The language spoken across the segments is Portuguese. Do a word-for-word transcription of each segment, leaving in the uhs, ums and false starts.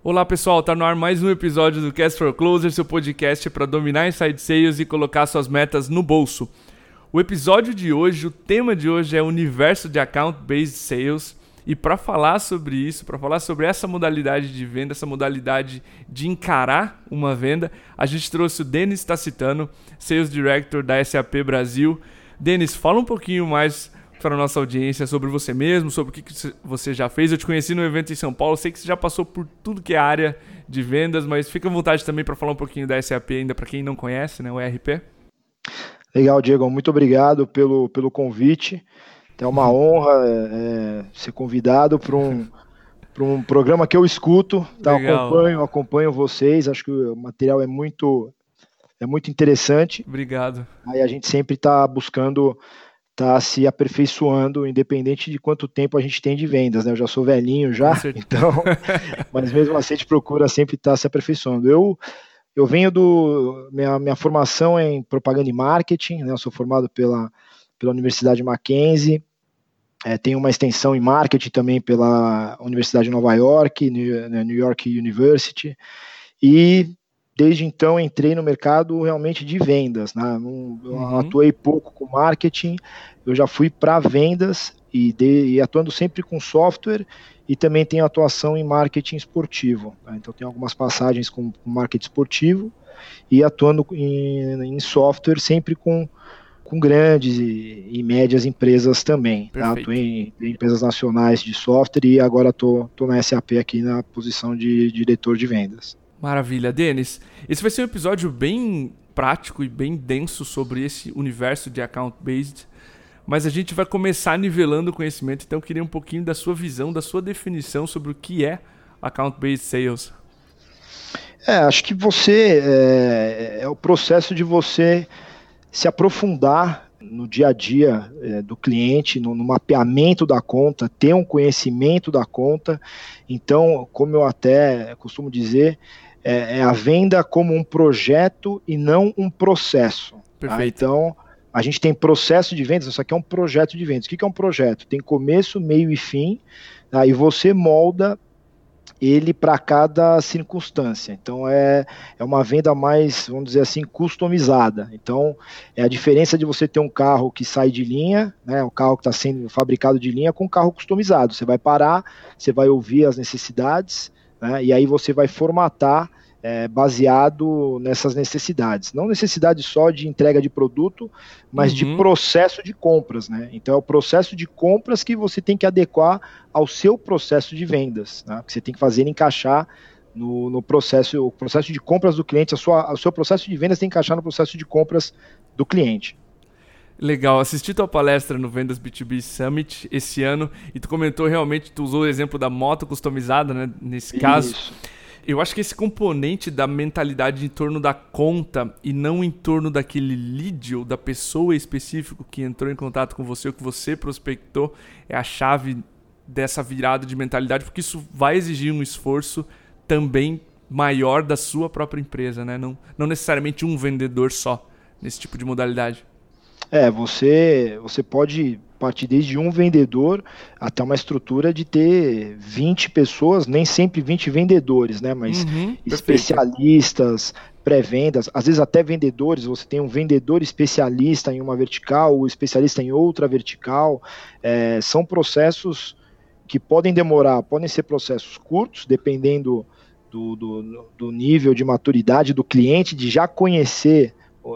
Olá pessoal, tá no ar mais um episódio do Cast for Closer, seu podcast para dominar inside sales e colocar suas metas no bolso. O episódio de hoje, o tema de hoje é o universo de Account Based Sales. E para falar sobre isso, para falar sobre essa modalidade de venda, essa modalidade de encarar uma venda, a gente trouxe o Denis Tacitano, Sales Director da S A P Brasil. Denis, fala um pouquinho mais para a nossa audiência sobre você mesmo, sobre o que você já fez. Eu te conheci no evento em São Paulo, sei que você já passou por tudo que é área de vendas, mas fica à vontade também para falar um pouquinho da S A P ainda para quem não conhece, né, o E R P. Legal, Diego, muito obrigado pelo, pelo convite. É uma honra é, ser convidado para um, para um programa que eu escuto, tá? acompanho, acompanho vocês, acho que o material é muito, é muito interessante. Obrigado. Aí a gente sempre está buscando tá se aperfeiçoando, independente de quanto tempo a gente tem de vendas, né? Eu já sou velhinho já, então, mas mesmo assim a gente procura sempre estar tá se aperfeiçoando. Eu, eu venho do, minha, minha formação é em propaganda e marketing, né? Eu sou formado pela, pela Universidade Mackenzie, é, tenho uma extensão em marketing também pela Universidade de Nova York, New York University, e desde então entrei no mercado realmente de vendas, né? Não, eu uhum. atuei pouco com marketing, eu já fui para vendas e, de, e atuando sempre com software e também tenho atuação em marketing esportivo. Né? Então tenho algumas passagens com, com marketing esportivo e atuando em, em software sempre com, com grandes e, e médias empresas também. Tá? Atuei em, em empresas nacionais de software e agora estou na S A P aqui na posição de diretor de vendas. Maravilha, Denis. Esse vai ser um episódio bem prático e bem denso sobre esse universo de account-based, mas a gente vai começar nivelando o conhecimento, então eu queria um pouquinho da sua visão, da sua definição sobre o que é account-based sales. É, acho que você, é, é o processo de você se aprofundar no dia a dia é, do cliente, no, no mapeamento da conta, ter um conhecimento da conta. Então, como eu até costumo dizer, é, é a venda como um projeto e não um processo. Perfeito. Tá? Então, a gente tem processo de vendas, isso aqui é um projeto de vendas. O que é um projeto? Tem começo, meio e fim, tá? E você molda ele para cada circunstância. Então é, é uma venda mais, vamos dizer assim, customizada. Então é a diferença de você ter um carro que sai de linha, né, um carro que está sendo fabricado de linha com um carro customizado. Você vai parar, você vai ouvir as necessidades, né, e aí você vai formatar é, baseado nessas necessidades. Não necessidade só de entrega de produto, mas uhum. de processo de compras. Né? Então é o processo de compras que você tem que adequar ao seu processo de vendas, né? Que você tem que fazer ele encaixar no, no processo, o processo de compras do cliente, a sua, o seu processo de vendas tem que encaixar no processo de compras do cliente. Legal, assisti tua palestra no Vendas B dois B Summit esse ano e tu comentou realmente, tu usou o exemplo da moto customizada, né, nesse Isso. caso. Eu acho que esse componente da mentalidade em torno da conta e não em torno daquele lead ou da pessoa específica que entrou em contato com você ou que você prospectou é a chave dessa virada de mentalidade, porque isso vai exigir um esforço também maior da sua própria empresa, né? Não, não necessariamente um vendedor só nesse tipo de modalidade. É, você, você pode partir desde um vendedor até uma estrutura de ter vinte pessoas, nem sempre vinte vendedores, né? Mas uhum, especialistas, pré-vendas, às vezes até vendedores, você tem um vendedor especialista em uma vertical, o especialista em outra vertical. É, são processos que podem demorar, podem ser processos curtos, dependendo do, do, do nível de maturidade do cliente, de já conhecer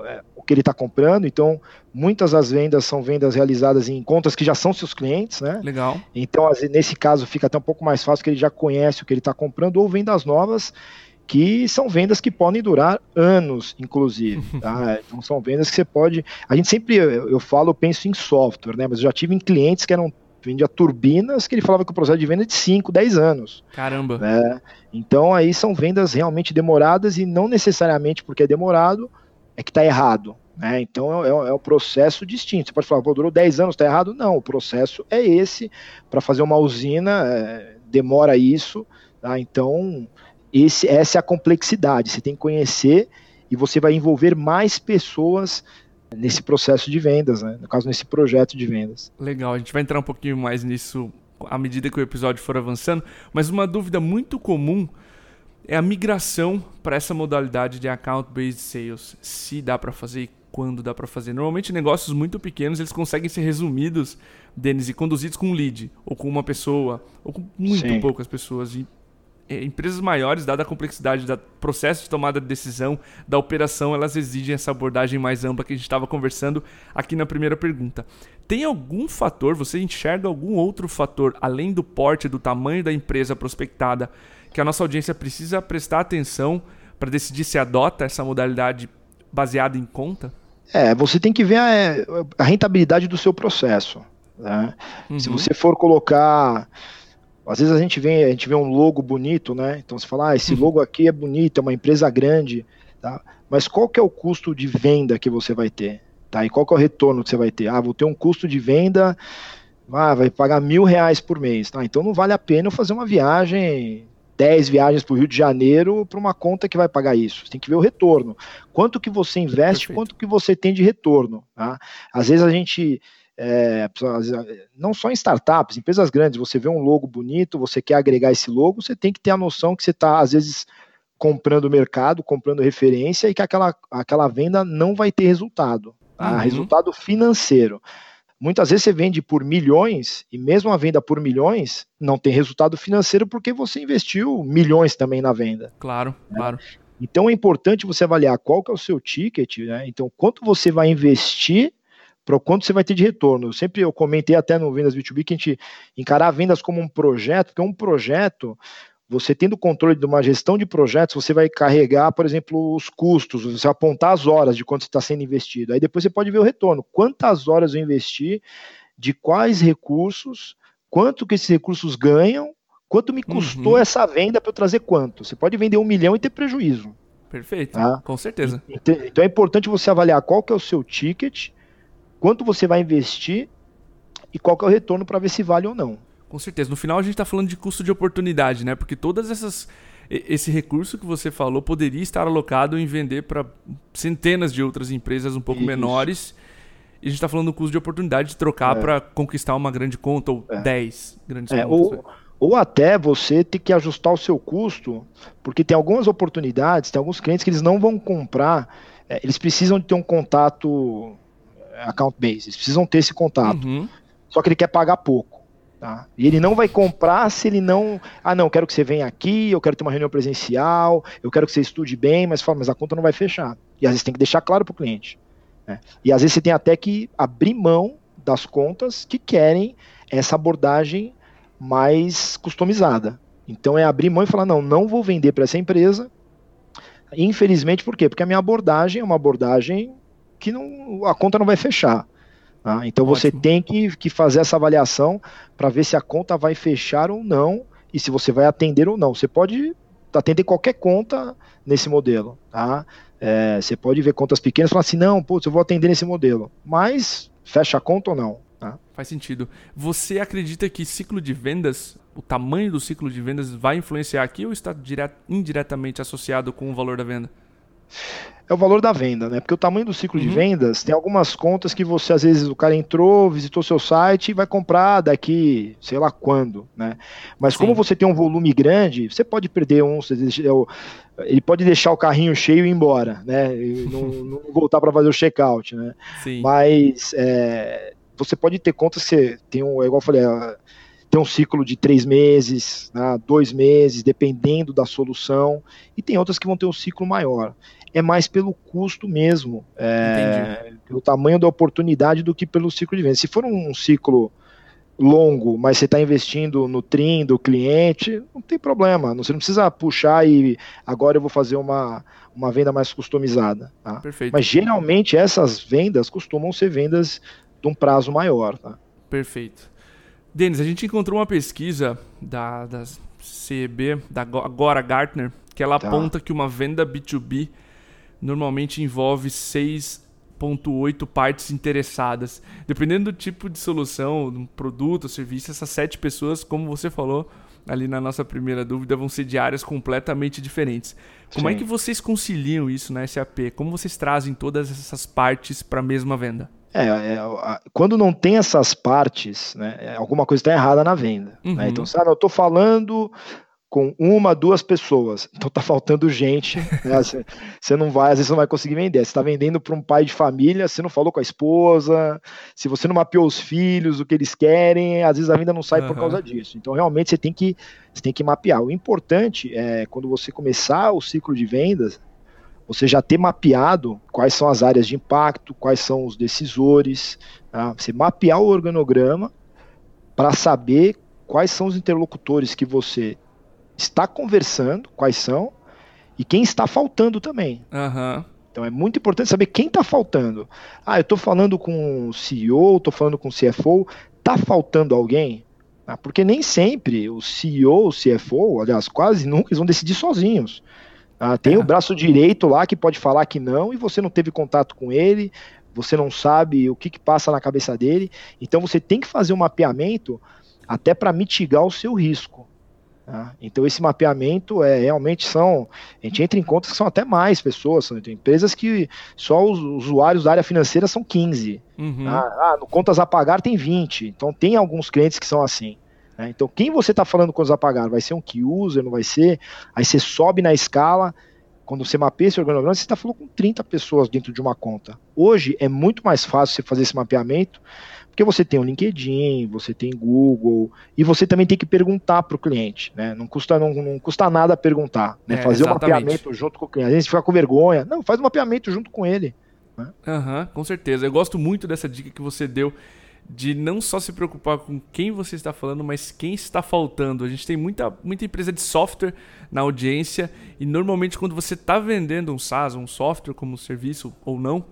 o que ele está comprando. Então, muitas das vendas são vendas realizadas em contas que já são seus clientes, né? Legal. Então, nesse caso, fica até um pouco mais fácil, porque ele já conhece o que ele está comprando, ou vendas novas, que são vendas que podem durar anos, inclusive. Tá? Então, são vendas que você pode... A gente sempre, eu, eu falo, eu penso em software, né? Mas eu já tive em clientes que eram vendia turbinas, que ele falava que o processo de venda é de cinco, dez anos. Caramba. Né? Então, aí são vendas realmente demoradas e não necessariamente porque é demorado, é que está errado. Né? Então, é, é um processo distinto. Você pode falar, pô, durou dez anos, está errado? Não, o processo é esse. Para fazer uma usina, é, demora isso. Tá? Então, esse, essa é a complexidade. Você tem que conhecer e você vai envolver mais pessoas nesse processo de vendas, né? No caso, nesse projeto de vendas. Legal, a gente vai entrar um pouquinho mais nisso à medida que o episódio for avançando, mas uma dúvida muito comum é a migração para essa modalidade de account-based sales. Se dá para fazer e quando dá para fazer. Normalmente negócios muito pequenos eles conseguem ser resumidos, Denis, e conduzidos com um lead, ou com uma pessoa, ou com muito Sim. poucas pessoas. E empresas maiores, dada a complexidade do processo de tomada de decisão, da operação, elas exigem essa abordagem mais ampla que a gente estava conversando aqui na primeira pergunta. Tem algum fator, você enxerga algum outro fator, além do porte, do tamanho da empresa prospectada, que a nossa audiência precisa prestar atenção para decidir se adota essa modalidade baseada em conta? É, você tem que ver a, a rentabilidade do seu processo, né? Uhum. Se você for colocar... Às vezes a gente vê, a gente vê um logo bonito, né? Então você fala, ah, esse logo aqui é bonito, é uma empresa grande, tá? Mas qual que é o custo de venda que você vai ter? Tá? E qual que é o retorno que você vai ter? Ah, vou ter um custo de venda, ah, vai pagar mil reais por mês. Tá? Então não vale a pena eu fazer uma viagem, dez viagens para o Rio de Janeiro para uma conta que vai pagar isso. Você tem que ver o retorno. Quanto que você investe, Perfeito. Quanto que você tem de retorno. Tá? Às vezes a gente... É, não só em startups, empresas grandes, você vê um logo bonito, você quer agregar esse logo, você tem que ter a noção que você está, às vezes, comprando mercado, comprando referência e que aquela, aquela venda não vai ter resultado, tá? Uhum. Resultado financeiro. Muitas vezes você vende por milhões e mesmo a venda por milhões não tem resultado financeiro porque você investiu milhões também na venda. Claro, né? Claro. Então é importante você avaliar qual que é o seu ticket, né? Então quanto você vai investir para o quanto você vai ter de retorno. Eu sempre eu comentei até no Vendas B dois B que a gente encarar vendas como um projeto, porque um projeto, você tendo controle de uma gestão de projetos, você vai carregar, por exemplo, os custos, você vai apontar as horas de quanto está sendo investido. Aí depois você pode ver o retorno. Quantas horas eu investi, de quais recursos, quanto que esses recursos ganham, quanto me custou uhum. essa venda para eu trazer quanto. Você pode vender um milhão e ter prejuízo. Perfeito, tá? Com certeza. Então é importante você avaliar qual que é o seu ticket, quanto você vai investir e qual que é o retorno para ver se vale ou não. Com certeza. No final a gente está falando de custo de oportunidade, né? Porque todas essas esse recurso que você falou poderia estar alocado em vender para centenas de outras empresas um pouco Isso. menores. E a gente está falando do custo de oportunidade de trocar é. para conquistar uma grande conta ou é. dez grandes é, contas. Ou, ou até você ter que ajustar o seu custo, porque tem algumas oportunidades, tem alguns clientes que eles não vão comprar, é, eles precisam de ter um contato... account base, eles precisam ter esse contato, uhum. só que ele quer pagar pouco, tá? E ele não vai comprar se ele não, ah não, eu quero que você venha aqui, eu quero ter uma reunião presencial, eu quero que você estude bem, mas fala, mas a conta não vai fechar, e às vezes tem que deixar claro para o cliente, né? E às vezes você tem até que abrir mão das contas que querem essa abordagem mais customizada, então é abrir mão e falar, não, não vou vender para essa empresa, infelizmente, por quê? Porque a minha abordagem é uma abordagem que não, a conta não vai fechar. Tá? Então Ótimo. Você tem que, que fazer essa avaliação para ver se a conta vai fechar ou não e se você vai atender ou não. Você pode atender qualquer conta nesse modelo. Tá? É, você pode ver contas pequenas e falar assim, não, putz, eu vou atender nesse modelo. Mas fecha a conta ou não? Tá? Faz sentido. Você acredita que ciclo de vendas, o tamanho do ciclo de vendas vai influenciar aqui ou está direto, indiretamente associado com o valor da venda? É o valor da venda, né? Porque o tamanho do ciclo uhum. de vendas, tem algumas contas que você, às vezes, o cara entrou, visitou seu site e vai comprar daqui, sei lá quando, né? Mas Sim. como você tem um volume grande, você pode perder um, ele pode deixar o carrinho cheio e ir embora, né? E não, não voltar para fazer o checkout, né? Sim. Mas é, você pode ter contas que você tem um, igual eu falei, tem um ciclo de três meses, né, dois meses, dependendo da solução, e tem outras que vão ter um ciclo maior. É mais pelo custo mesmo, é, pelo tamanho da oportunidade do que pelo ciclo de venda. Se for um ciclo longo, mas você está investindo no trim do cliente, não tem problema, você não precisa puxar e agora eu vou fazer uma, uma venda mais customizada. Tá? Perfeito. Mas geralmente essas vendas costumam ser vendas de um prazo maior. Tá? Perfeito. Denis, a gente encontrou uma pesquisa da, da C E B, da agora Gartner, que ela tá. aponta que uma venda B dois B normalmente envolve seis vírgula oito partes interessadas. Dependendo do tipo de solução, do produto, serviço, essas sete pessoas, como você falou ali na nossa primeira dúvida, vão ser de áreas completamente diferentes. Como Sim. é que vocês conciliam isso na S A P? Como vocês trazem todas essas partes para a mesma venda? É, é, quando não tem essas partes, né, alguma coisa está errada na venda. Uhum. Né? Então, sabe, eu estou falando com uma, duas pessoas. Então tá faltando gente, né? Você não vai, às vezes você não vai conseguir vender. Você está vendendo para um pai de família, você não falou com a esposa, se você não mapeou os filhos, o que eles querem, às vezes a venda não sai uhum. por causa disso. Então realmente você tem que, você tem que mapear. O importante é, quando você começar o ciclo de vendas, você já ter mapeado quais são as áreas de impacto, quais são os decisores, tá? Você mapear o organograma para saber quais são os interlocutores que você está conversando, quais são, e quem está faltando também. Uhum. Então é muito importante saber quem está faltando. Ah, eu estou falando com o C E O, estou falando com o C F O, está faltando alguém? Ah, porque nem sempre o C E O, o C F O, aliás, quase nunca, eles vão decidir sozinhos. Ah, tem é. o braço direito lá que pode falar que não, e você não teve contato com ele, você não sabe o que, que passa na cabeça dele, então você tem que fazer um mapeamento até para mitigar o seu risco. Tá? Então esse mapeamento é realmente são, a gente entra em contas que são até mais pessoas, são tem empresas que só os usuários da área financeira são quinze, uhum. tá? Ah, no contas a pagar tem vinte, então tem alguns clientes que são assim, né? Então quem você está falando contas a pagar, vai ser um key user, não vai ser, aí você sobe na escala, quando você mapeia esse organograma, você está falando com trinta pessoas dentro de uma conta. Hoje é muito mais fácil você fazer esse mapeamento, porque você tem o LinkedIn, você tem Google, e você também tem que perguntar para o cliente, né? Não custa, não, não custa nada perguntar, né? É, fazer o um exatamente. mapeamento junto com o cliente. Às vezes fica com vergonha. Não, faz o um mapeamento junto com ele. Né? Uhum, com certeza. Eu gosto muito dessa dica que você deu, de não só se preocupar com quem você está falando, mas quem está faltando. A gente tem muita, muita empresa de software na audiência, e normalmente quando você está vendendo um SaaS, um software como serviço ou não,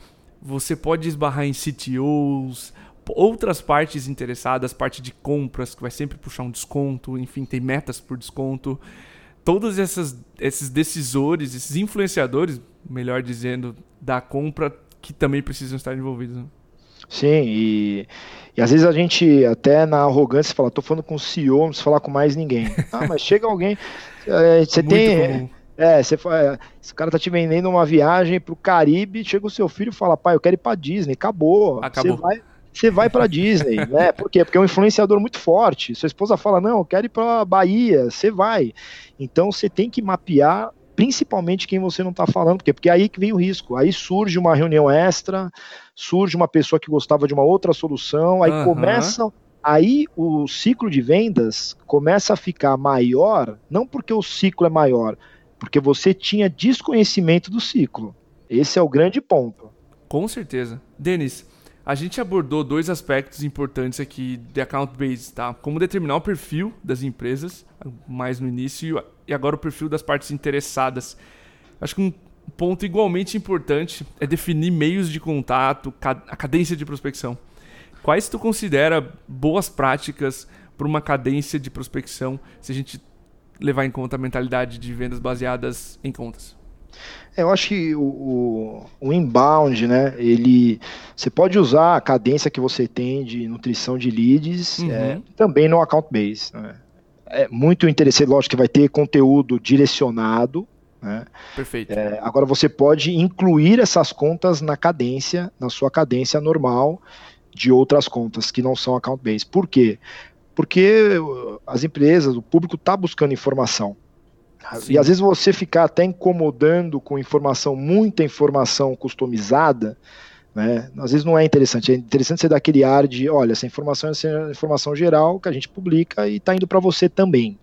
você pode esbarrar em C T Os, outras partes interessadas, parte de compras, que vai sempre puxar um desconto, enfim, tem metas por desconto. Todos essas, esses decisores, esses influenciadores, melhor dizendo, da compra, que também precisam estar envolvidos. Né? Sim, e, e às vezes a gente até na arrogância fala, tô falando com o C E O, não preciso falar com mais ninguém. Ah, mas chega alguém, é, você Muito tem... comum. É, você fala, esse cara tá te vendendo uma viagem pro Caribe, chega o seu filho e fala, pai, eu quero ir pra Disney, acabou. Acabou. Você vai... Você vai para Disney, né? Por quê? Porque é um influenciador muito forte. Sua esposa fala, não, eu quero ir para Bahia, você vai. Então você tem que mapear principalmente quem você não está falando, porque porque é aí que vem o risco. Aí surge uma reunião extra, surge uma pessoa que gostava de uma outra solução, aí uhum. começa, aí o ciclo de vendas começa a ficar maior, não porque o ciclo é maior, porque você tinha desconhecimento do ciclo. Esse é o grande ponto. Com certeza. Denis, a gente abordou dois aspectos importantes aqui de account base, tá? Como determinar o perfil das empresas, mais no início, e agora o perfil das partes interessadas. Acho que um ponto igualmente importante é definir meios de contato, a cadência de prospecção. Quais tu considera boas práticas para uma cadência de prospecção, se a gente levar em conta a mentalidade de vendas baseadas em contas? Eu acho que o, o, o inbound, né, ele, você pode usar a cadência que você tem de nutrição de leads, uhum. é, também no account base, né? É muito interessante, lógico que vai ter conteúdo direcionado, né? Perfeito. É, agora você pode incluir essas contas na cadência, na sua cadência normal de outras contas que não são account base. Por quê? Porque as empresas, o público está buscando informação. Sim. E às vezes você ficar até incomodando com informação, muita informação customizada, né? Às vezes não é interessante. É interessante você dar aquele ar de, olha, essa informação é informação geral que a gente publica e está indo para você também.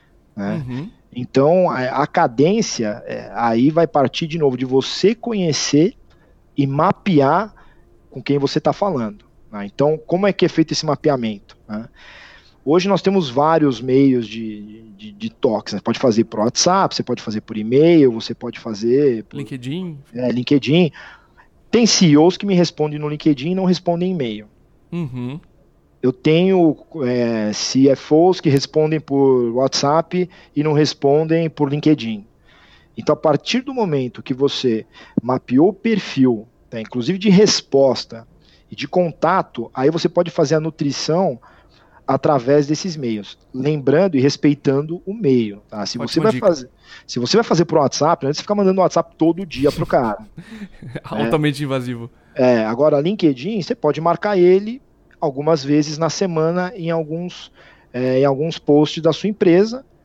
Né? Uhum. Então a, a cadência é, aí vai partir de novo de você conhecer e mapear com quem você está falando. Né? Então como é que é feito esse mapeamento? Né? Hoje nós temos vários meios de, de, de toques. Né? Você pode fazer por WhatsApp, você pode fazer por e-mail, você pode fazer... Por, LinkedIn. É, LinkedIn. Tem C E Os que me respondem no LinkedIn e não respondem em e-mail. Uhum. Eu tenho é, C F Os que respondem por WhatsApp e não respondem por LinkedIn. Então, a partir do momento que você mapeou o perfil, tá, inclusive de resposta e de contato, aí você pode fazer a nutrição através desses meios, lembrando e respeitando o meio, tá? Se você vai fazer, se você vai fazer por WhatsApp, não é você ficar mandando WhatsApp todo dia pro cara. Altamente é, invasivo. É, agora LinkedIn, você pode marcar ele algumas vezes na semana em alguns, é, em alguns posts da sua empresa.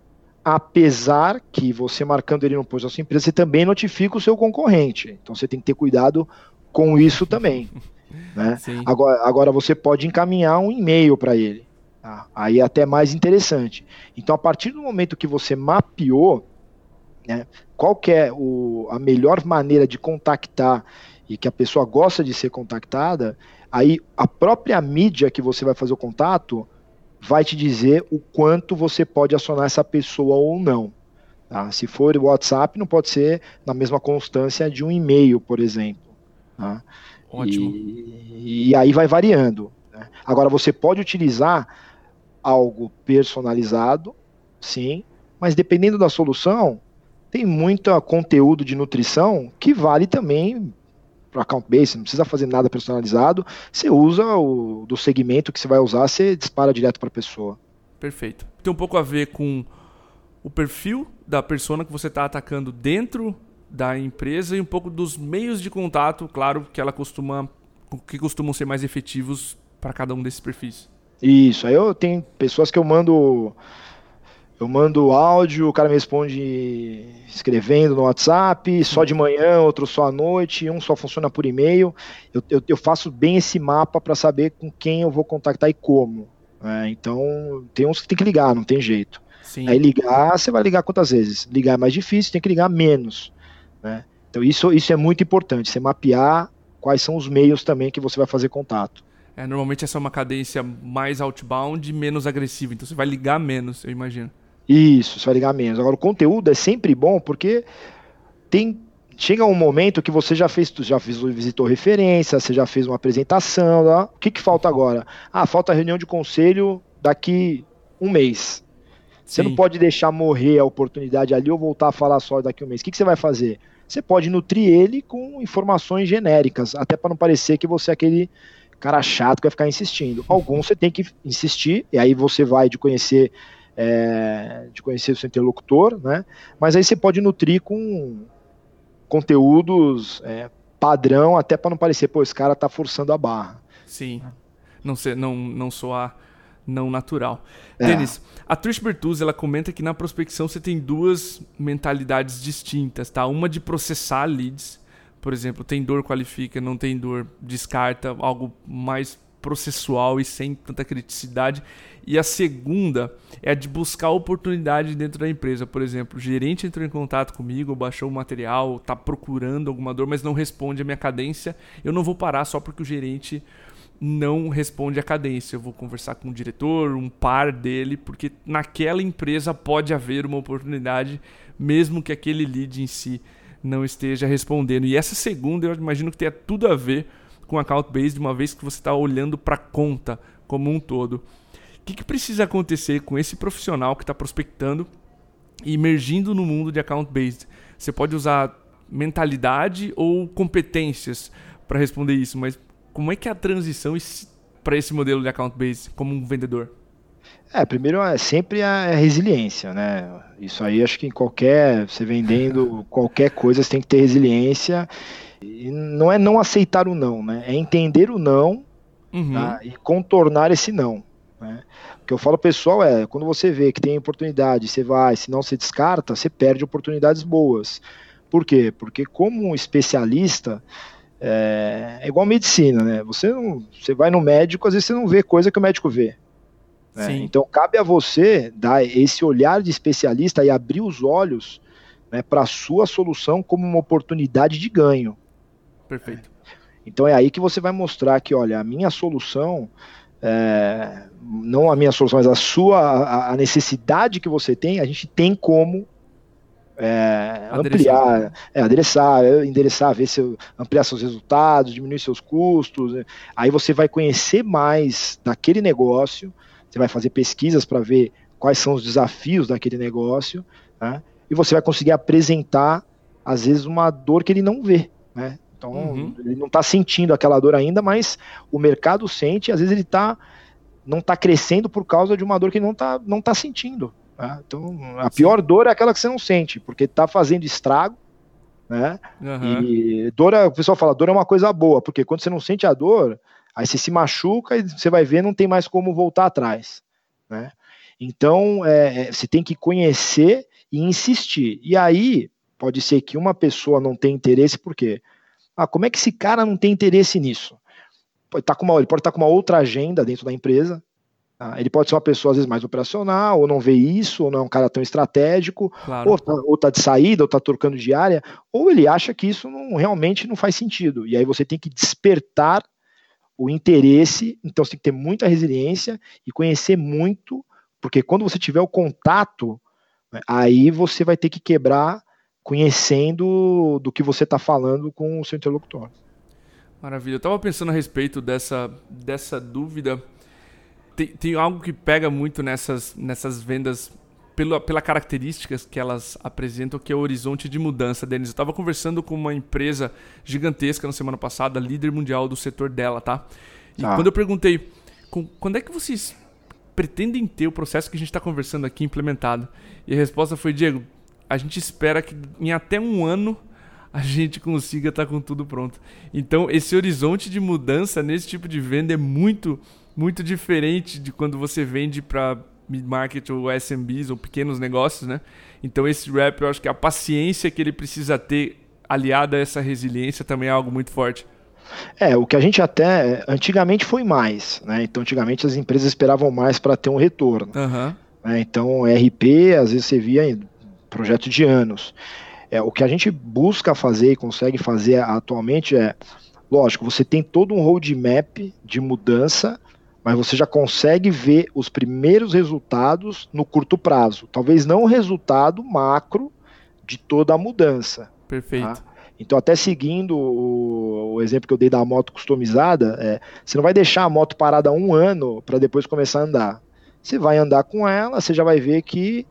apesar que você marcando ele no post da sua empresa, você também notifica o seu concorrente. Então você tem que ter cuidado com isso também. Né? Agora, agora você pode encaminhar um e-mail para ele. Tá? Aí é até mais interessante. Então, a partir do momento que você mapeou, né, qual que é o, a melhor maneira de contactar e que a pessoa gosta de ser contactada, aí a própria mídia que você vai fazer o contato vai te dizer o quanto você pode acionar essa pessoa ou não. Tá? Se for o WhatsApp, não pode ser na mesma constância de um e-mail, por exemplo. Tá? Ótimo. E, e aí vai variando. Né? Agora, você pode utilizar algo personalizado, sim, mas dependendo da solução, tem muito conteúdo de nutrição que vale também para account base, não precisa fazer nada personalizado, você usa o do segmento que você vai usar, você dispara direto para a pessoa. Perfeito. Tem um pouco a ver com o perfil da persona que você está atacando dentro da empresa e um pouco dos meios de contato, claro, que ela costuma, que costumam ser mais efetivos para cada um desses perfis. Isso, aí eu tenho pessoas que eu mando eu mando áudio, o cara me responde escrevendo no WhatsApp, só de manhã, outro só à noite, um só funciona por e-mail. Eu, eu, eu faço bem esse mapa para saber com quem eu vou contactar e como. Né? Então, tem uns que tem que ligar, não tem jeito. Sim. Aí ligar, você vai ligar quantas vezes? Ligar é mais difícil, tem que ligar menos. Né? Então, isso, isso é muito importante, você mapear quais são os meios também que você vai fazer contato. É, normalmente essa é uma cadência mais outbound e menos agressiva, então você vai ligar menos, eu imagino. Isso, você vai ligar menos. Agora, o conteúdo é sempre bom porque tem, chega um momento que você já fez, já fez, visitou referência, você já fez uma apresentação. Tá? O que, que falta agora? Ah, falta reunião de conselho daqui um mês. Você Sim. não pode deixar morrer a oportunidade ali ou voltar a falar só daqui um mês. O que, que você vai fazer? Você pode nutrir ele com informações genéricas, até para não parecer que você é aquele cara chato que vai ficar insistindo. Alguns você tem que insistir, e aí você vai de conhecer... É, de conhecer o seu interlocutor, né? Mas aí você pode nutrir com conteúdos é, padrão, até para não parecer, pô, esse cara tá forçando a barra. Sim, não, ser, não, não soar não natural. É. Denis, a Trish Bertuzzi, ela comenta que na prospecção você tem duas mentalidades distintas, tá? Uma de processar leads, por exemplo, tem dor, qualifica, não tem dor, descarta, algo mais processual e sem tanta criticidade. E a segunda é a de buscar oportunidade dentro da empresa. Por exemplo, o gerente entrou em contato comigo, baixou o material, está procurando alguma dor, mas não responde a minha cadência. Eu não vou parar só porque o gerente não responde a cadência. Eu vou conversar com o diretor, um par dele, porque naquela empresa pode haver uma oportunidade, mesmo que aquele lead em si não esteja respondendo. E essa segunda eu imagino que tenha tudo a ver com account based, uma vez que você está olhando para a conta como um todo. O que, que precisa acontecer com esse profissional que está prospectando e emergindo no mundo de account based? Você pode usar mentalidade ou competências para responder isso, mas como é que é a transição para esse modelo de account based como um vendedor? É, primeiro é sempre a resiliência, né? Isso aí acho que em qualquer, você vendendo qualquer coisa, você tem que ter resiliência. E não é não aceitar o não, né? É entender o não, uhum. tá? E contornar esse não. Né? O que eu falo pessoal é, quando você vê que tem oportunidade, você vai, se não você descarta, você perde oportunidades boas. Por quê? Porque como um especialista, é, é igual medicina, né? Você, não, você vai no médico, às vezes você não vê coisa que o médico vê. Né? Então cabe a você dar esse olhar de especialista e abrir os olhos, né, para a sua solução como uma oportunidade de ganho. Perfeito. Então é aí que você vai mostrar que, olha, a minha solução... É, não a minha solução, mas a sua a, a necessidade que você tem, a gente tem como é, ampliar, é, adereçar, endereçar, ver se ampliar seus resultados, diminuir seus custos. Né? Aí você vai conhecer mais daquele negócio, você vai fazer pesquisas para ver quais são os desafios daquele negócio, né? E você vai conseguir apresentar, às vezes, uma dor que ele não vê, né? Então, uhum. ele não está sentindo aquela dor ainda, mas o mercado sente, e às vezes ele tá, não está crescendo por causa de uma dor que ele não está não tá sentindo. Né? Então, a pior Sim. dor é aquela que você não sente, porque está fazendo estrago. Né? Uhum. E dor, o pessoal fala, dor é uma coisa boa, porque quando você não sente a dor, aí você se machuca e você vai ver, não tem mais como voltar atrás. Né? Então, é, você tem que conhecer e insistir. E aí, pode ser que uma pessoa não tenha interesse, por quê? Ah, como é que esse cara não tem interesse nisso? Pode tá com uma, ele pode estar tá com uma outra agenda dentro da empresa, tá? Ele pode ser uma pessoa, às vezes, mais operacional, ou não vê isso, ou não é um cara tão estratégico, claro. ou, tá, ou tá de saída, ou tá trocando de área, ou ele acha que isso não, realmente não faz sentido. E aí você tem que despertar o interesse, então você tem que ter muita resiliência e conhecer muito, porque quando você tiver o contato, aí você vai ter que quebrar conhecendo do que você está falando com o seu interlocutor. Maravilha. Eu estava pensando a respeito dessa, dessa dúvida. Tem, tem algo que pega muito nessas, nessas vendas pela, pela características que elas apresentam, que é o horizonte de mudança, Denis. Eu estava conversando com uma empresa gigantesca na semana passada, líder mundial do setor dela, tá? E ah. quando eu perguntei, quando é que vocês pretendem ter o processo que a gente está conversando aqui implementado? E a resposta foi, Diego, a gente espera que em até um ano a gente consiga estar tá com tudo pronto. Então, esse horizonte de mudança nesse tipo de venda é muito, muito diferente de quando você vende para mid-market ou S M Bs ou pequenos negócios, né? Então, esse rep, eu acho que a paciência que ele precisa ter aliada a essa resiliência também é algo muito forte. É, o que a gente até... Antigamente foi mais, né? Então, antigamente as empresas esperavam mais para ter um retorno. Uhum. Né? Então, R P, às vezes você via em projetos de anos. É, o que a gente busca fazer e consegue fazer atualmente é, lógico, você tem todo um roadmap de mudança, mas você já consegue ver os primeiros resultados no curto prazo. Talvez não o resultado macro de toda a mudança. Perfeito. Tá? Então, até seguindo o, o exemplo que eu dei da moto customizada, é, você não vai deixar a moto parada um ano para depois começar a andar. Você vai andar com ela, você já vai ver que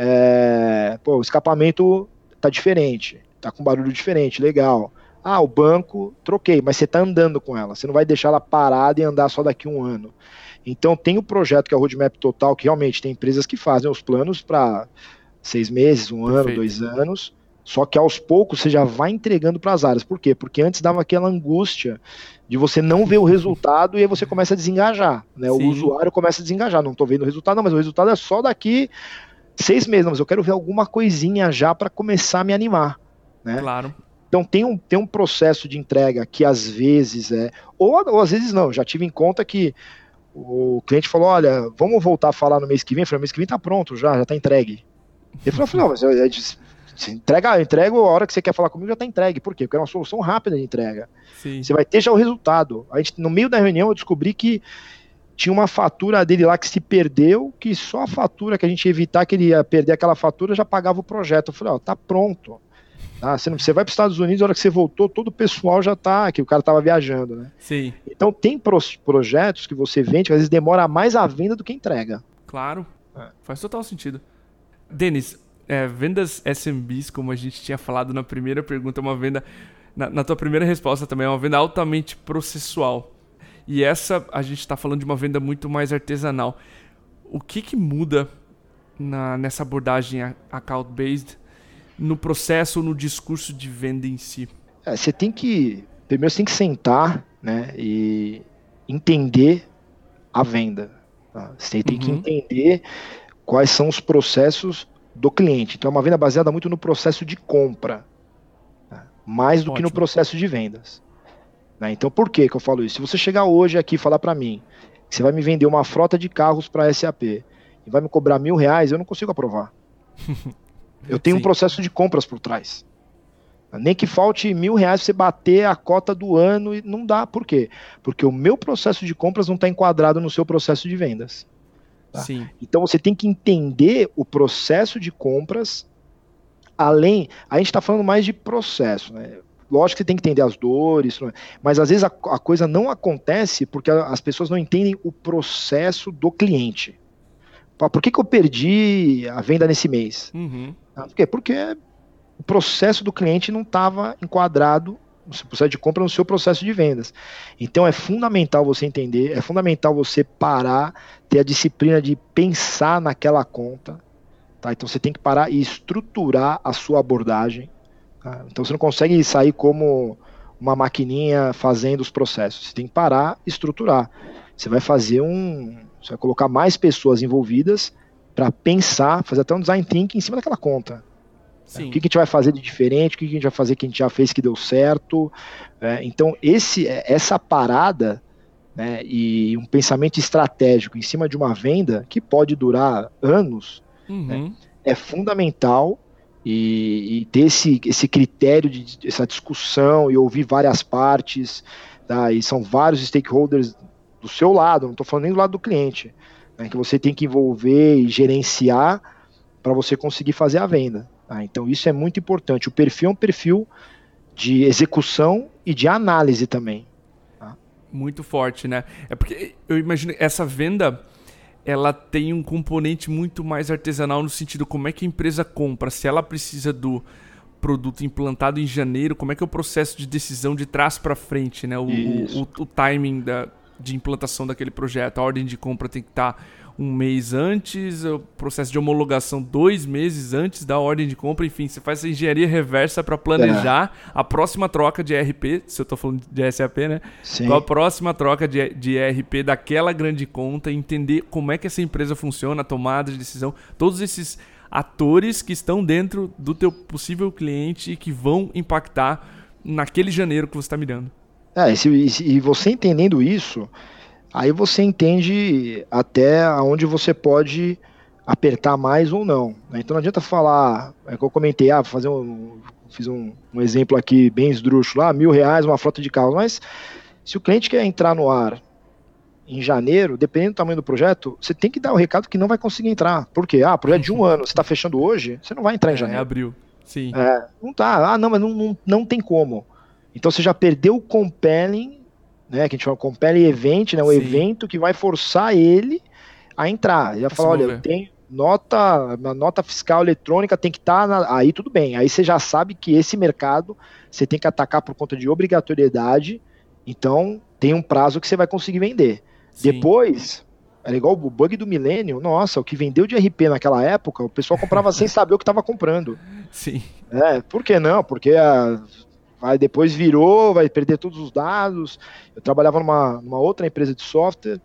é, pô, o escapamento tá diferente, tá com barulho diferente, legal. Ah, o banco, troquei, mas você tá andando com ela, você não vai deixar ela parada e andar só daqui a um ano. Então tem o projeto que é o Roadmap Total, que realmente tem empresas que fazem os planos para seis meses, um Perfeito. ano, dois anos, só que aos poucos você já vai entregando para as áreas. Por quê? Porque antes dava aquela angústia de você não ver o resultado e aí você começa a desengajar, né? O usuário começa a desengajar, não tô vendo o resultado, não, mas o resultado é só daqui seis meses, não, mas eu quero ver alguma coisinha já para começar a me animar, né? Claro. Então tem um, tem um processo de entrega que às vezes é, ou, ou às vezes não, já tive em conta que o cliente falou, olha, vamos voltar a falar no mês que vem, eu falei, mês que vem tá pronto já, já tá entregue. Ele falou, não, mas eu, eu, eu, entrega, eu entrego a hora que você quer falar comigo já tá entregue, por quê? Porque é uma solução rápida de entrega. Sim. Você vai ter já o resultado. A gente, no meio da reunião eu descobri que tinha uma fatura dele lá que se perdeu, que só a fatura que a gente ia evitar que ele ia perder aquela fatura já pagava o projeto. Eu falei, ó, tá pronto. Tá? Você, não, você vai para os Estados Unidos, a hora que você voltou, todo o pessoal já tá, que o cara tava viajando, né? Sim. Então tem pros, projetos que você vende, que às vezes demora mais a venda do que a entrega. Claro, é. Faz total sentido. Denis, é, vendas S M Bs, como a gente tinha falado na primeira pergunta, é uma venda, na, na tua primeira resposta também, é uma venda altamente processual. E essa, a gente está falando de uma venda muito mais artesanal. O que que muda na, nessa abordagem account-based no processo, no discurso de venda em si? É, você tem que, primeiro você tem que sentar, né, e entender a venda. Tá? Você tem uhum. que entender quais são os processos do cliente. Então é uma venda baseada muito no processo de compra, tá? Mais do Ótimo. que no processo de vendas. Então, por que que eu falo isso? Se você chegar hoje aqui e falar para mim que você vai me vender uma frota de carros para S A P e vai me cobrar mil reais, eu não consigo aprovar. Eu tenho Sim. um processo de compras por trás. Nem que falte mil reais para você bater a cota do ano, e não dá. Por quê? Porque o meu processo de compras não está enquadrado no seu processo de vendas. Tá? Sim. Então, você tem que entender o processo de compras, além... A gente está falando mais de processo, né? Lógico que você tem que entender as dores, mas às vezes a, a coisa não acontece porque as pessoas não entendem o processo do cliente. Por que que eu perdi a venda nesse mês? Uhum. Por quê? Porque o processo do cliente não estava enquadrado no seu processo de compra, no seu processo de vendas. Então é fundamental você entender, é fundamental você parar, ter a disciplina de pensar naquela conta. Tá? Então você tem que parar e estruturar a sua abordagem. Então você não consegue sair como uma maquininha fazendo os processos. Você tem que parar e estruturar. Você vai fazer um... Você vai colocar mais pessoas envolvidas para pensar, fazer até um design thinking em cima daquela conta. Sim. O que, que a gente vai fazer de diferente, o que, que a gente vai fazer que a gente já fez que deu certo. É, então, esse, essa parada, né, e um pensamento estratégico em cima de uma venda que pode durar anos, uhum. né, é fundamental. E, e ter esse, esse critério, de, essa discussão e ouvir várias partes, tá? E são vários stakeholders do seu lado, não estou falando nem do lado do cliente, né, que você tem que envolver e gerenciar para você conseguir fazer a venda. Tá? Então isso é muito importante. O perfil é um perfil de execução e de análise também. Tá? Muito forte, né? É porque eu imagino essa venda, ela tem um componente muito mais artesanal no sentido como é que a empresa compra, se ela precisa do produto implantado em janeiro, como é que é o processo de decisão de trás para frente, né? O, o, o timing da, de implantação daquele projeto, a ordem de compra tem que estar um mês antes, o processo de homologação dois meses antes da ordem de compra, enfim, você faz essa engenharia reversa para planejar é. a próxima troca de E R P, se eu estou falando de S A P, né? Sim. Qual a próxima troca de, de E R P daquela grande conta, entender como é que essa empresa funciona, a tomada de decisão, todos esses atores que estão dentro do teu possível cliente e que vão impactar naquele janeiro que você está mirando. É, e, se, e você entendendo isso, aí você entende até onde você pode apertar mais ou não. Né? Então não adianta falar, é que eu comentei, ah, fazer um, fiz um, um exemplo aqui bem esdrúxulo, lá, mil reais uma frota de carro, mas se o cliente quer entrar no ar em janeiro, dependendo do tamanho do projeto, você tem que dar o recado que não vai conseguir entrar. Por quê? Ah, projeto de um ano, você está fechando hoje, você não vai entrar em janeiro. É abril, sim. É, não tá, ah, não, mas não, não, não tem como. Então você já perdeu o compelling, né, que a gente chama compelling event, né, o Sim. evento que vai forçar ele a entrar. Ele já fala, olha, eu tenho nota, a nota fiscal eletrônica tem que estar, tá aí tudo bem. Aí você já sabe que esse mercado você tem que atacar por conta de obrigatoriedade, então tem um prazo que você vai conseguir vender. Sim. Depois, era igual o bug do milênio, nossa, o que vendeu de R P naquela época, o pessoal comprava sem saber o que estava comprando. Sim. É, por que não? Porque a... Aí depois virou, vai perder todos os dados. Eu trabalhava numa, numa outra empresa de software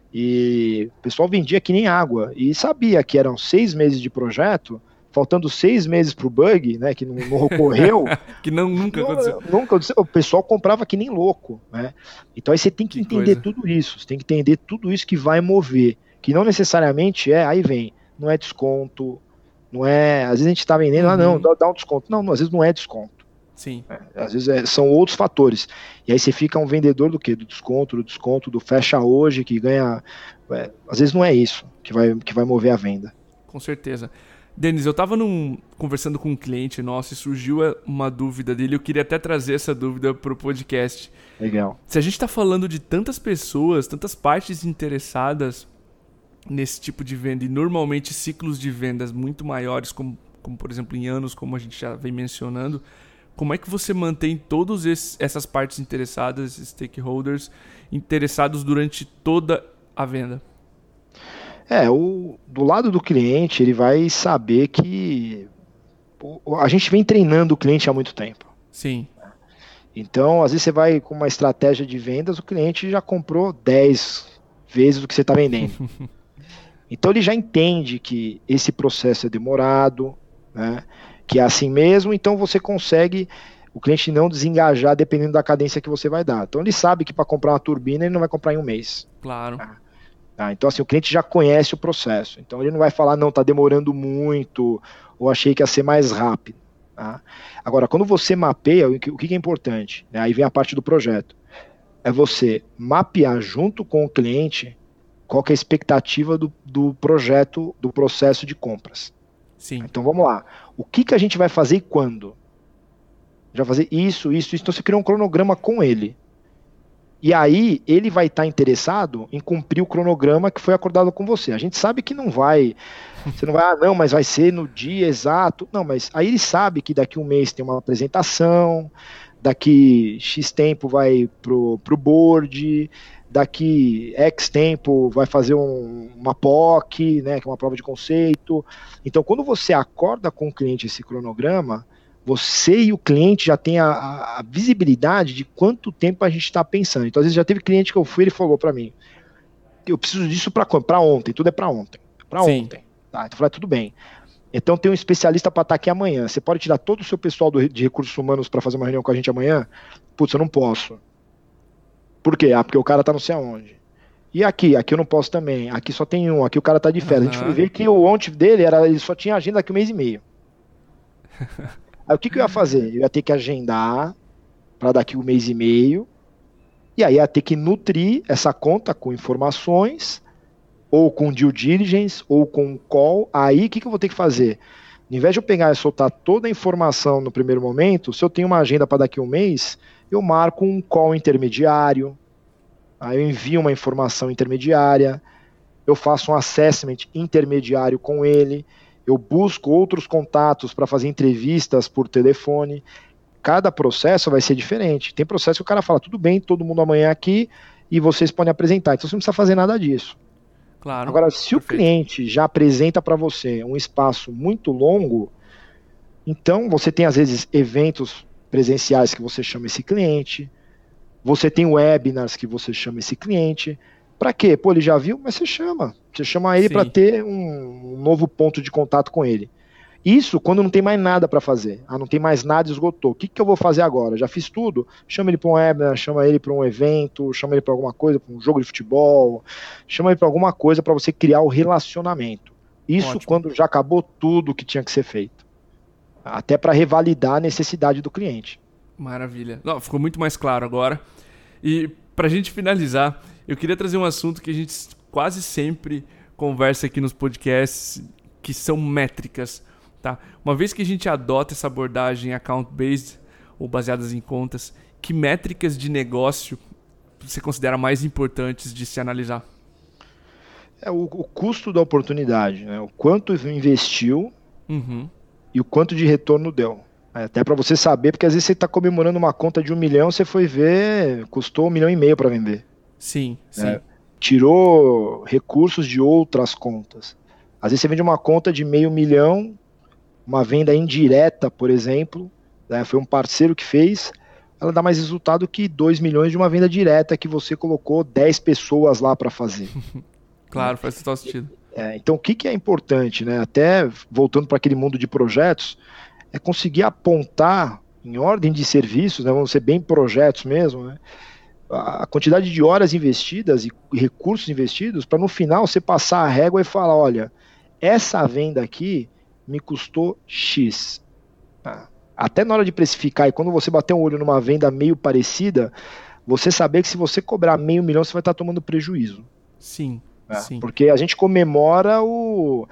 e o pessoal vendia que nem água. E sabia que eram seis meses de projeto, faltando seis meses para o bug, né, que não, não ocorreu. que não, nunca não, aconteceu. Nunca, o pessoal comprava que nem louco. Né? Então aí você tem que, que entender coisa. tudo isso. Você tem que entender tudo isso que vai mover. Que não necessariamente é, aí vem, não é desconto, não é... Às vezes a gente está vendendo, uhum. ah não, dá, dá um desconto. Não, não, às vezes não é desconto. Sim. É, às vezes é, são outros fatores. E aí você fica um vendedor do quê? Do desconto, do desconto, do fecha hoje, que ganha... É, às vezes não é isso que vai, que vai mover a venda. Com certeza. Denis, eu estava conversando com um cliente nosso e surgiu uma dúvida dele. Eu queria até trazer essa dúvida para o podcast. Legal. Se a gente está falando de tantas pessoas, tantas partes interessadas nesse tipo de venda e normalmente ciclos de vendas muito maiores, como, como por exemplo em anos, como a gente já vem mencionando, como é que você mantém todas essas partes interessadas, stakeholders, interessados durante toda a venda? É, o, do lado do cliente, ele vai saber que o, a gente vem treinando o cliente há muito tempo. Sim. Então, às vezes você vai com uma estratégia de vendas, o cliente já comprou dez vezes o que você está vendendo. Então, ele já entende que esse processo é demorado, né? Que é assim mesmo, então você consegue o cliente não desengajar dependendo da cadência que você vai dar. Então ele sabe que para comprar uma turbina ele não vai comprar em um mês. Claro. Ah, então assim, o cliente já conhece o processo. Então ele não vai falar, não, está demorando muito, ou achei que ia ser mais rápido. Tá? Agora, quando você mapeia, o que, o que é importante? Né? Aí vem a parte do projeto. É você mapear junto com o cliente qual que é a expectativa do, do projeto, do processo de compras. Sim. Então vamos lá. O que, que a gente vai fazer e quando? Já fazer isso, isso, isso. Então você cria um cronograma com ele. E aí ele vai estar interessado em cumprir o cronograma que foi acordado com você. A gente sabe que não vai... Você não vai, ah, não, mas vai ser no dia exato. Não, mas aí ele sabe que daqui um mês tem uma apresentação, daqui X tempo vai pro, pro board, daqui X tempo vai fazer um, uma P O C, né, que é uma prova de conceito. Então, quando você acorda com o cliente esse cronograma, você e o cliente já tem a, a, a visibilidade de quanto tempo a gente está pensando. Então, às vezes já teve cliente que eu fui, ele falou para mim, eu preciso disso para ontem, tudo é para ontem, para ontem. Tá, então eu falei, tudo bem. Então tem um especialista para estar aqui amanhã. Você pode tirar todo o seu pessoal do, de recursos humanos para fazer uma reunião com a gente amanhã? Putz, eu não posso. Por quê? Ah, porque o cara tá não sei aonde. E aqui? Aqui eu não posso também. Aqui só tem um, aqui o cara tá de férias. Uhum. A gente foi ver que o ontem dele era, ele só tinha agenda daqui um mês e meio. Aí o que, que eu ia fazer? Eu ia ter que agendar para daqui um mês e meio. E aí ia ter que nutrir essa conta com informações, ou com due diligence, ou com call. Aí o que, que eu vou ter que fazer? Ao invés de eu pegar e soltar toda a informação no primeiro momento, se eu tenho uma agenda para daqui a um mês, eu marco um call intermediário, aí eu envio uma informação intermediária, eu faço um assessment intermediário com ele, eu busco outros contatos para fazer entrevistas por telefone. Cada processo vai ser diferente. Tem processo que o cara fala, tudo bem, todo mundo amanhã aqui e vocês podem apresentar. Então você não precisa fazer nada disso. Claro. Agora, se perfeito. O cliente já apresenta para você um espaço muito longo, então você tem às vezes eventos presenciais que você chama esse cliente, você tem webinars que você chama esse cliente. Para quê? Pô, ele já viu, mas você chama. Você chama ele para ter um, um novo ponto de contato com ele. Isso quando não tem mais nada para fazer. Ah, não tem mais nada, esgotou. O que, que eu vou fazer agora? Já fiz tudo? Chama ele para um webinar, chama ele para um evento, chama ele para alguma coisa, para um jogo de futebol, chama ele para alguma coisa para você criar o relacionamento. Isso Ótimo. Quando já acabou tudo que tinha que ser feito. Até para revalidar a necessidade do cliente. Maravilha. Não, ficou muito mais claro agora. E para a gente finalizar, eu queria trazer um assunto que a gente quase sempre conversa aqui nos podcasts, que são métricas. Tá? Uma vez que a gente adota essa abordagem account-based ou baseadas em contas, que métricas de negócio você considera mais importantes de se analisar? É o, o custo da oportunidade, né? O quanto investiu uhum. e o quanto de retorno deu. Até para você saber, porque às vezes você está comemorando uma conta de um milhão, você foi ver, custou um milhão e meio para vender. Sim, sim. É, tirou recursos de outras contas. Às vezes você vende uma conta de meio milhão, uma venda indireta, por exemplo, né, foi um parceiro que fez, ela dá mais resultado que dois milhões de uma venda direta que você colocou dez pessoas lá para fazer. Claro, né? faz total sentido. É, então, o que, que é importante, né? Até voltando para aquele mundo de projetos, é conseguir apontar em ordem de serviços, né, vão ser bem projetos mesmo, né, a quantidade de horas investidas e recursos investidos para no final você passar a régua e falar, olha, essa venda aqui me custou X. Ah, até na hora de precificar, e quando você bater um olho numa venda meio parecida, você saber que se você cobrar meio milhão, você vai estar tomando prejuízo. Sim, ah, sim. Porque a gente comemora o...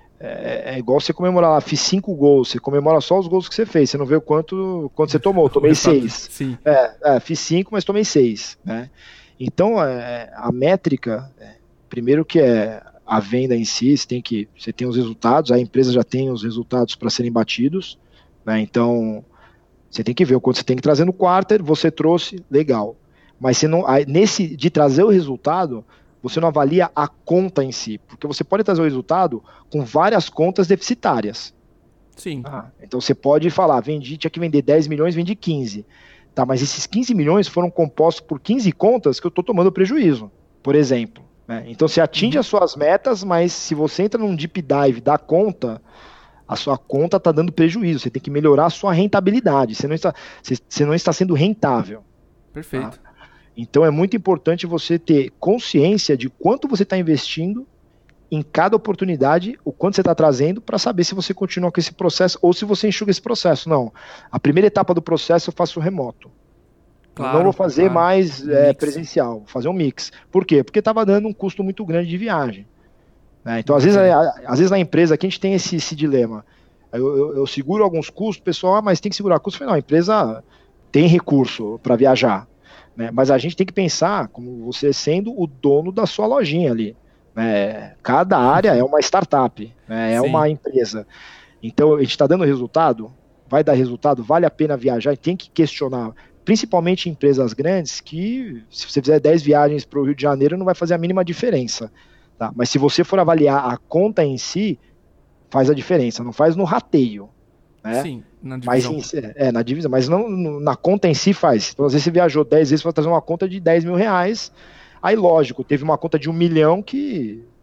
É, é igual você comemorar lá, fiz cinco gols, você comemora só os gols que você fez, você não vê o quanto, quanto você tomou, tomei seis. Sim. É, é, fiz cinco, mas tomei seis. Né? Então, é, a métrica, é, primeiro que é a venda em si, você tem, que, você tem os resultados, a empresa já tem os resultados para serem batidos, né? Então você tem que ver o quanto você tem que trazer no quarter, você trouxe, legal. Mas você não, nesse de trazer o resultado, você não avalia a conta em si, porque você pode trazer o resultado com várias contas deficitárias. Sim. Ah, então você pode falar, vendi, tinha que vender dez milhões, vendi quinze. Tá, mas esses quinze milhões foram compostos por quinze contas que eu estou tomando prejuízo, por exemplo. Né? Então você atinge uhum. as suas metas, mas se você entra num deep dive da conta, a sua conta está dando prejuízo, você tem que melhorar a sua rentabilidade, você não está, você, você não está sendo rentável. Perfeito. Tá? Então é muito importante você ter consciência de quanto você está investindo em cada oportunidade, o quanto você está trazendo, para saber se você continua com esse processo ou se você enxuga esse processo. Não, a primeira etapa do processo eu faço remoto. Claro, eu não vou fazer claro. mais é, presencial, vou fazer um mix. Por quê? Porque estava dando um custo muito grande de viagem. Né? Então, às vezes, a, às vezes na empresa aqui a gente tem esse, esse dilema. Eu, eu, eu seguro alguns custos, pessoal, ah, mas tem que segurar custos. Não, a empresa tem recurso para viajar. Né? Mas a gente tem que pensar como você sendo o dono da sua lojinha ali. Né? Cada área é uma startup, né? É Sim. uma empresa. Então, a gente está dando resultado, vai dar resultado, vale a pena viajar e tem que questionar. Principalmente em empresas grandes que, se você fizer dez viagens para o Rio de Janeiro, não vai fazer a mínima diferença. Tá? Mas se você for avaliar a conta em si, faz a diferença. Não faz no rateio. Né? Sim, na divisão. Mas, é, na divisão. Mas não, na conta em si faz. Então, às vezes você viajou dez vezes para trazer uma conta de dez mil reais. Aí, lógico, teve uma conta de um milhão que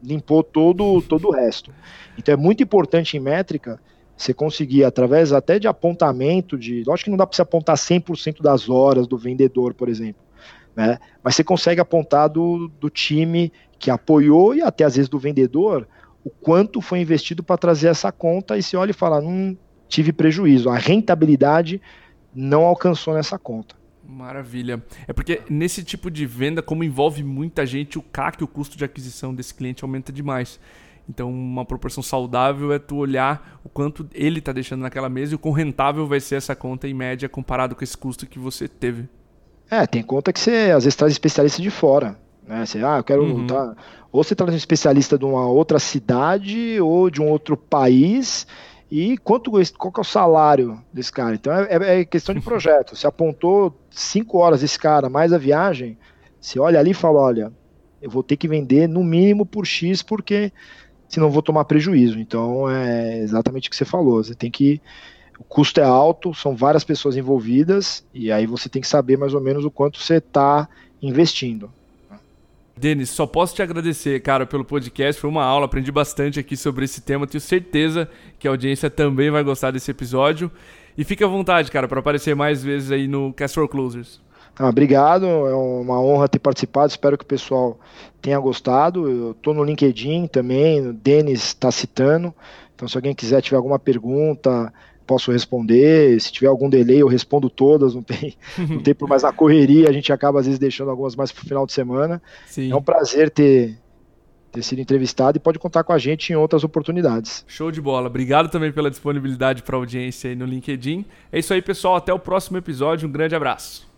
limpou todo, todo o resto. Então é muito importante em métrica você conseguir, através até de apontamento, de, lógico que não dá para você apontar cem por cento das horas do vendedor, por exemplo, né? Mas você consegue apontar do, do time que apoiou e até às vezes do vendedor, o quanto foi investido para trazer essa conta, e você olha e fala, não tive prejuízo, a rentabilidade não alcançou nessa conta. Maravilha. É porque nesse tipo de venda, como envolve muita gente, o C A C, o custo de aquisição desse cliente, aumenta demais. Então, uma proporção saudável é tu olhar o quanto ele está deixando naquela mesa e o quão rentável vai ser essa conta em média comparado com esse custo que você teve. É, tem conta que você às vezes traz especialista de fora, né? Você, ah, eu quero... Uhum. Tá... Ou você traz um especialista de uma outra cidade ou de um outro país, e quanto, qual que é o salário desse cara? Então é, é questão de projeto. Você apontou cinco horas esse cara, mais a viagem, você olha ali e fala, olha, eu vou ter que vender no mínimo por X, porque senão vou tomar prejuízo. Então é exatamente o que você falou. Você tem que... O custo é alto, são várias pessoas envolvidas, e aí você tem que saber mais ou menos o quanto você está investindo. Denis, só posso te agradecer, cara, pelo podcast. Foi uma aula, aprendi bastante aqui sobre esse tema. Tenho certeza que a audiência também vai gostar desse episódio. E fique à vontade, cara, para aparecer mais vezes aí no Cast for Closers. Ah, obrigado, é uma honra ter participado, espero que o pessoal tenha gostado. Eu estou no LinkedIn também, o Denis está citando, então se alguém quiser, tiver alguma pergunta, posso responder. Se tiver algum delay, eu respondo todas, não tem, não tem por mais na correria, a gente acaba às vezes deixando algumas mais para o final de semana. Sim. É um prazer ter, ter sido entrevistado, e pode contar com a gente em outras oportunidades. Show de bola. Obrigado também pela disponibilidade para a audiência aí no LinkedIn. É isso aí, pessoal. Até o próximo episódio. Um grande abraço.